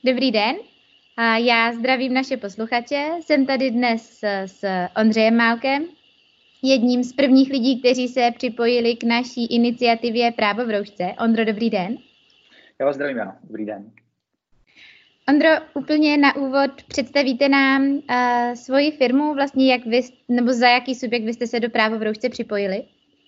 Dobrý den, a já zdravím naše posluchače. Jsem tady dnes s Ondřejem Málkem, jedním z prvních lidí, kteří se připojili k naší iniciativě Právo v roušce. Ondro, dobrý den. Já vás zdravím, Jano. Dobrý den. Ondro, úplně na úvod představíte nám svoji firmu, vlastně jak vy, nebo za jaký subjekt vy jste se do Právo v roušce připojili?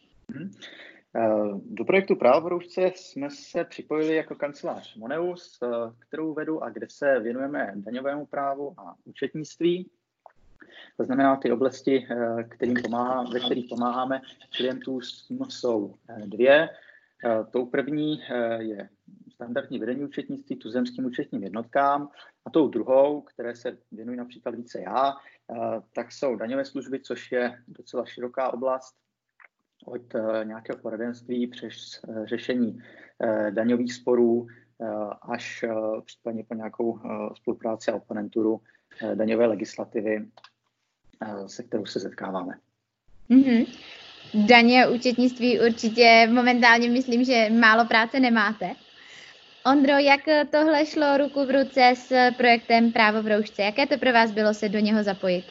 Do projektu Právo v roušce jsme se připojili jako kancelář Moneus, kterou vedu a kde se věnujeme daňovému právu a účetnictví. To znamená, ty oblasti, ve kterých pomáháme klientům, jsou dvě. Tou první je standardní vedení účetnictví tuzemským účetním jednotkám a tou druhou, které se věnují například více já, tak jsou daňové služby, což je docela široká oblast, od nějakého poradenství přes řešení daňových sporů až případně po nějakou spolupráci a oponenturu daňové legislativy, se kterou se setkáváme. Mm-hmm. Daně a účetnictví určitě momentálně myslím, že málo práce nemáte. Ondro, jak tohle šlo ruku v ruce s projektem Právo v roušce? Jaké to pro vás bylo se do něho zapojit?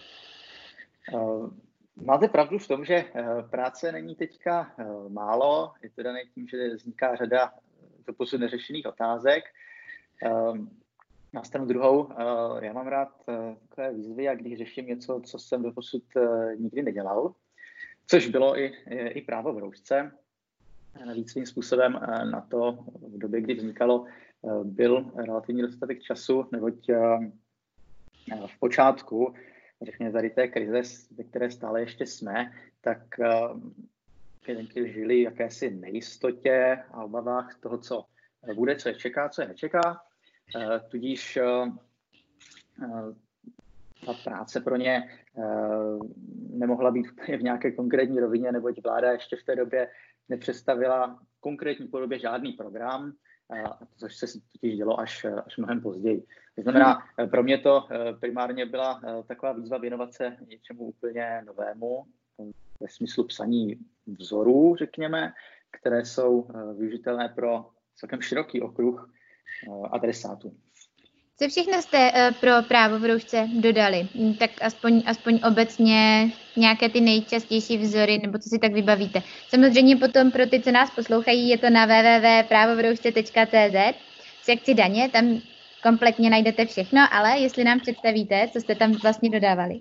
Máte pravdu v tom, že práce není teďka málo. Je to dané tím, že vzniká řada doposud neřešených otázek. Na stranu druhou, já mám rád takové výzvy, a když řeším něco, co jsem doposud nikdy nedělal, což bylo i Právo v roušce. Navíc svým způsobem na to v době, kdy vznikalo, byl relativní dostatek času, neboť v počátku, řekněme tady té krize, ve které stále ještě jsme, tak klienti žili v jakési nejistotě a obavách toho, co bude, co je čeká, co je nečeká. Tudíž ta práce pro ně nemohla být úplně v nějaké konkrétní rovině, neboť vláda ještě v té době nepředstavila v konkrétní podobě žádný program, což se totiž dělo až mnohem později. To znamená, pro mě to primárně byla taková výzva věnovat se něčemu úplně novému, ve smyslu psaní vzorů, řekněme, které jsou využitelné pro celkem široký okruh adresátů. Co všechno jste pro Právo v roušce dodali? Tak aspoň obecně nějaké ty nejčastější vzory, nebo co si tak vybavíte. Samozřejmě potom pro ty, co nás poslouchají, je to na www.pravovroušce.cz v sekci daně, tam kompletně najdete všechno, ale jestli nám představíte, co jste tam vlastně dodávali.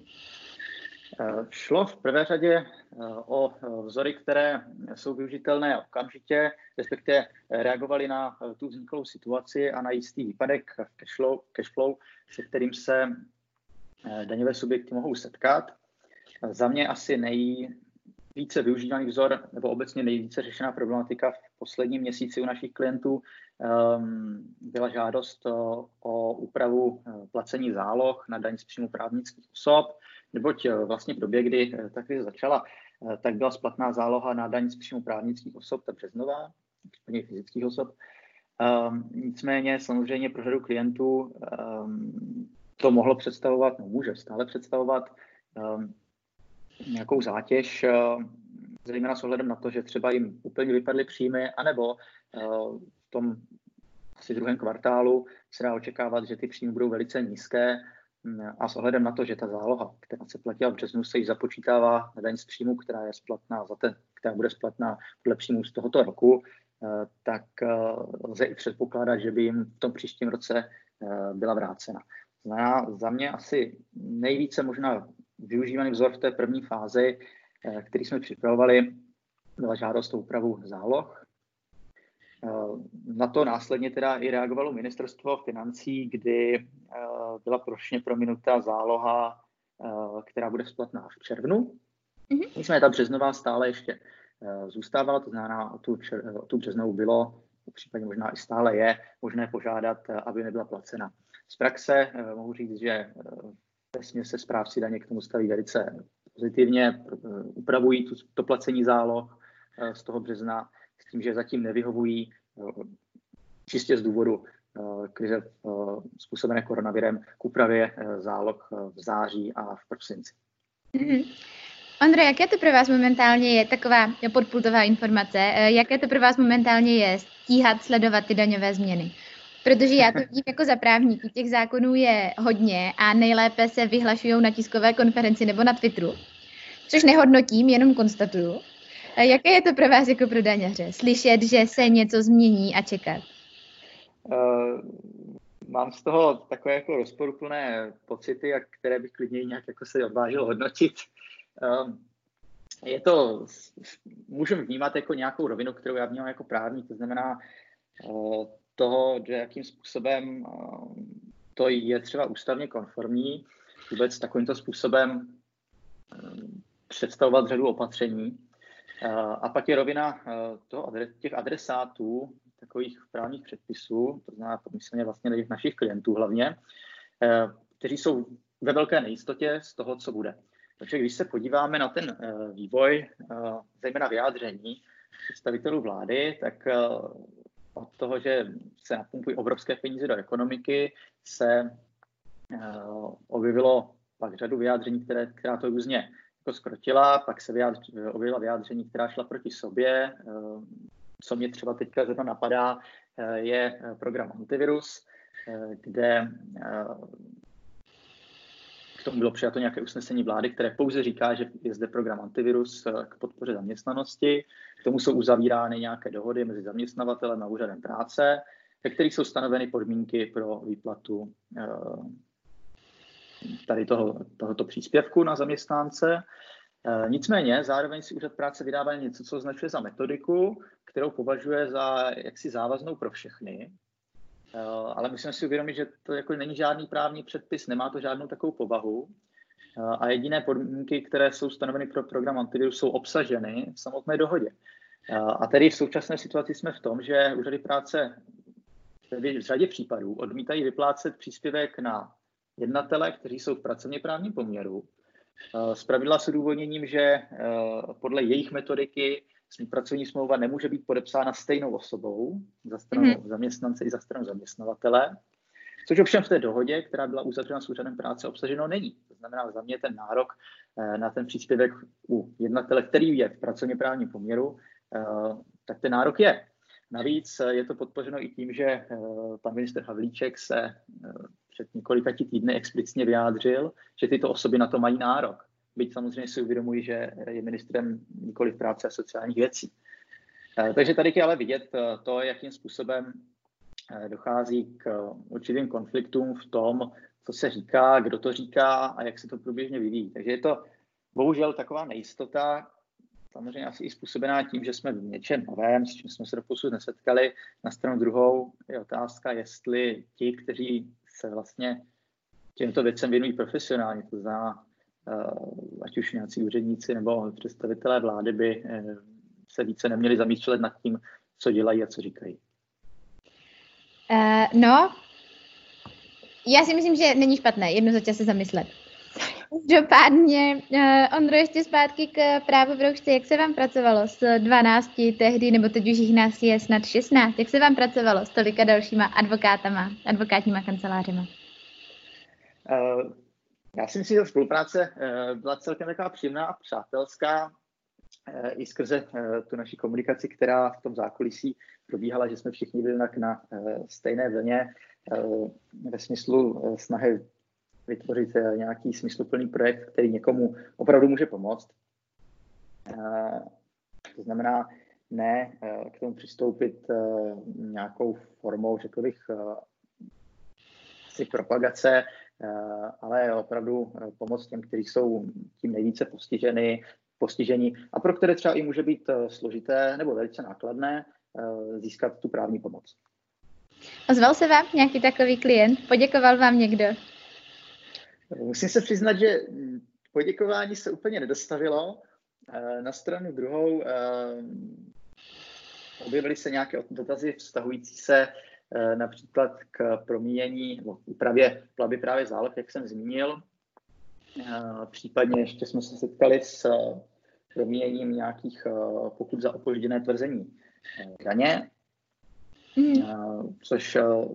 Šlo v prvé řadě o vzory, které jsou využitelné okamžitě, respektive reagovali na tu vzniklou situaci a na jistý výpadek v cashflow, se kterým se daňové subjekty mohou setkat. Za mě asi nejvíce využívaný vzor, nebo obecně nejvíce řešená problematika v posledním měsíci u našich klientů byla žádost o úpravu placení záloh na daň z příjmu právnických osob, neboť vlastně v době, kdy ta krize začala, tak byla splatná záloha na daň z příjmu právnických osob, ta březnová, případně fyzických osob. Nicméně samozřejmě pro řadu klientů to mohlo představovat, může stále představovat nějakou zátěž, zejména s ohledem na to, že třeba jim úplně vypadly příjmy, anebo v tom asi druhém kvartálu se dá očekávat, že ty příjmy budou velice nízké a s ohledem na to, že ta záloha, která se platila v březnu, se již započítává na daň z příjmu, která je splatná která bude splatná podle příjmu z tohoto roku, tak lze i předpokládat, že by jim v tom příštím roce byla vrácena. Za mě asi nejvíce možná využívaný vzor v té první fázi, který jsme připravovali, byla žádost o úpravu záloh. Na to následně teda i reagovalo ministerstvo financí, kdy byla plošně prominuta záloha, která bude splatná v červnu. Nicméně ta březnová stále ještě zůstávala, to znamená, o tu březnovou bylo, případně možná i stále je, možné požádat, aby nebyla placena. Z praxe mohu říct, že vesměs se správci daně k tomu staví velice pozitivně, upravují to placení záloh z toho března, s tím, že zatím nevyhovují čistě z důvodu krize způsobené koronavirem k úpravě záloh v září a v prosinci. Ondro, jaké to pro vás momentálně je, taková podpultová informace, jaké to pro vás momentálně je stíhat, sledovat ty daňové změny? Protože já to vidím jako za právníky. Těch zákonů je hodně a nejlépe se vyhlašují na tiskové konferenci nebo na Twitteru, což nehodnotím, jenom konstatuju. A jaké je to pro vás jako pro daňaře? Slyšet, že se něco změní a čekat? Mám z toho takové jako rozporuplné pocity, které bych klidně nějak jako se odvážil hodnotit. Můžeme vnímat jako nějakou rovinu, kterou já vnímám jako právník, to znamená toho, že jakým způsobem to je třeba ústavně konformní, vůbec takovýmto způsobem představovat řadu opatření. A pak je rovina těch adresátů, takových právních předpisů, to znamená pomyslně vlastně našich klientů hlavně, kteří jsou ve velké nejistotě z toho, co bude. Takže když se podíváme na ten vývoj, zejména vyjádření představitelů vlády, tak od toho, že se napumpují obrovské peníze do ekonomiky, se objevilo pak řadu vyjádření, která to různě jako zkrotila, pak se objevila vyjádření, která šla proti sobě. Co mě třeba teďka zrovna napadá, je program Antivirus, kde k tomu bylo přijato nějaké usnesení vlády, které pouze říká, že je zde program Antivirus k podpoře zaměstnanosti. K tomu jsou uzavírány nějaké dohody mezi zaměstnavatelem a úřadem práce, ve kterých jsou stanoveny podmínky pro výplatu tady tohoto příspěvku na zaměstnance. Nicméně zároveň si úřad práce vydává něco, co označuje za metodiku, kterou považuje za jaksi závaznou pro všechny. Ale musíme si uvědomit, že to jako není žádný právní předpis, nemá to žádnou takovou povahu. A jediné podmínky, které jsou stanoveny pro program Antivirus, jsou obsaženy v samotné dohodě. A tedy v současné situaci jsme v tom, že úřady práce v řadě případů odmítají vyplácet příspěvek na jednatele, kteří jsou v pracovně právním poměru. Zpravidla s odůvodněním, že podle jejich metodiky pracovní smlouva nemůže být podepsána stejnou osobou za stranu zaměstnance i za stranu zaměstnavatele, což ovšem v té dohodě, která byla uzavřena s úřadem práce, obsaženo není. To znamená, za mě ten nárok na ten příspěvek u jednatele, který je v pracovně právním poměru, tak ten nárok je. Navíc je to podpořeno i tím, že pan ministr Havlíček se před několika týdny explicitně vyjádřil, že tyto osoby na to mají nárok. Byť samozřejmě si uvědomují, že je ministrem nikoliv práce a sociálních věcí. Takže tady je ale vidět to, jakým způsobem dochází k určitým konfliktům v tom, co se říká, kdo to říká a jak se to průběžně vyvíjí. Takže je to bohužel taková nejistota, samozřejmě asi i způsobená tím, že jsme v něčem novém, s čím jsme se doposud nesetkali. Na stranu druhou je otázka, jestli ti, kteří se vlastně těmto věcem věnují profesionálně, to znamená, ať už nějací úředníci nebo představitelé vlády, by se více neměli zamýšlet nad tím, co dělají a co říkají. No, já si myslím, že není špatné jednou za čas se zamyslet. Každopádně, Ondro, ještě zpátky k právu v roušce. Jak se vám pracovalo s 12 tehdy, nebo teď už jich nás je snad 16, jak se vám pracovalo s tolika dalšíma advokátníma kancelářema? Já si myslím, že spolupráce byla celkem taková příjemná a přátelská i skrze tu naši komunikaci, která v tom zákulisí probíhala, že jsme všichni byli na stejné vlně ve smyslu snahy vytvořit nějaký smysluplný projekt, který někomu opravdu může pomoct. To znamená ne k tomu přistoupit nějakou formou, řekl bych, asi propagace, ale opravdu pomoct těm, kteří jsou tím nejvíce postiženi a pro které třeba i může být složité nebo velice nákladné získat tu právní pomoc. Ozval se vám nějaký takový klient? Poděkoval vám někdo? Musím se přiznat, že poděkování se úplně nedostavilo. Na stranu druhou objevily se nějaké dotazy vztahující se například k promíjení nebo úpravě platby právě záloh, jak jsem zmínil. Případně ještě jsme se setkali s promíjením nějakých pokut za opožděné tvrzení daně, což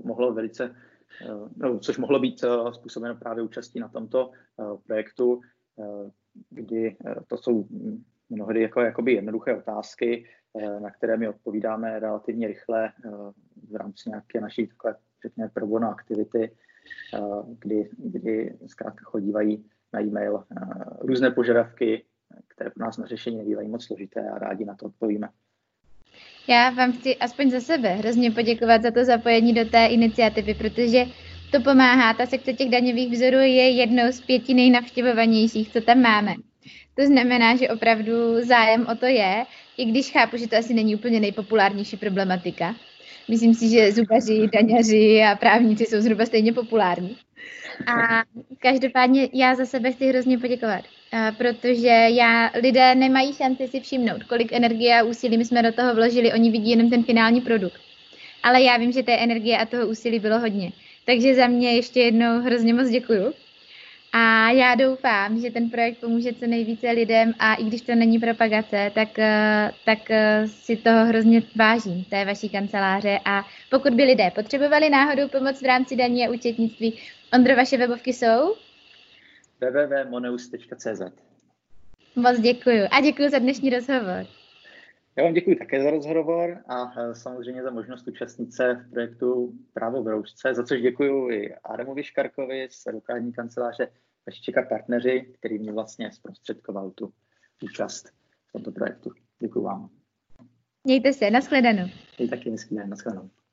mohlo být způsobeno právě účastí na tomto projektu, kdy to jsou mnohdy jakoby jednoduché otázky, na které my odpovídáme relativně rychle v rámci nějaké naší takové řekněme, pro bono aktivity, kdy zkrátka chodívají na e-mail různé požadavky, které pro nás na řešení nebývají moc složité a rádi na to odpovíme. Já vám chci aspoň za sebe hrozně poděkovat za to zapojení do té iniciativy, protože to pomáhá. Ta sekce těch daňových vzorů je jednou z 5 nejnavštěvovanějších, co tam máme. To znamená, že opravdu zájem o to je, i když chápu, že to asi není úplně nejpopulárnější problematika. Myslím si, že zubaři, daňaři a právníci jsou zhruba stejně populární. A každopádně já za sebe chci hrozně poděkovat, protože lidé nemají šanci si všimnout, kolik energie a úsilí my jsme do toho vložili, oni vidí jenom ten finální produkt. Ale já vím, že té energie a toho úsilí bylo hodně. Takže za mě ještě jednou hrozně moc děkuju. A já doufám, že ten projekt pomůže co nejvíce lidem a i když to není propagace, tak si toho hrozně vážím, té vaší kanceláře. A pokud by lidé potřebovali náhodou pomoc v rámci daní a účetnictví, Ondro, vaše webovky jsou? www.moneus.cz. Moc děkuju a děkuju za dnešní rozhovor. Já vám děkuji také za rozhovor a samozřejmě za možnost účastnit se v projektu Právo v roušce, za což děkuji i Adamovi Škarkovi z advokátní kanceláře Vašiček a partneři, který mě vlastně zprostředkoval tu účast v tomto projektu. Děkuji vám. Mějte se, nashledanou. Vy taky hezký den, nashledanou.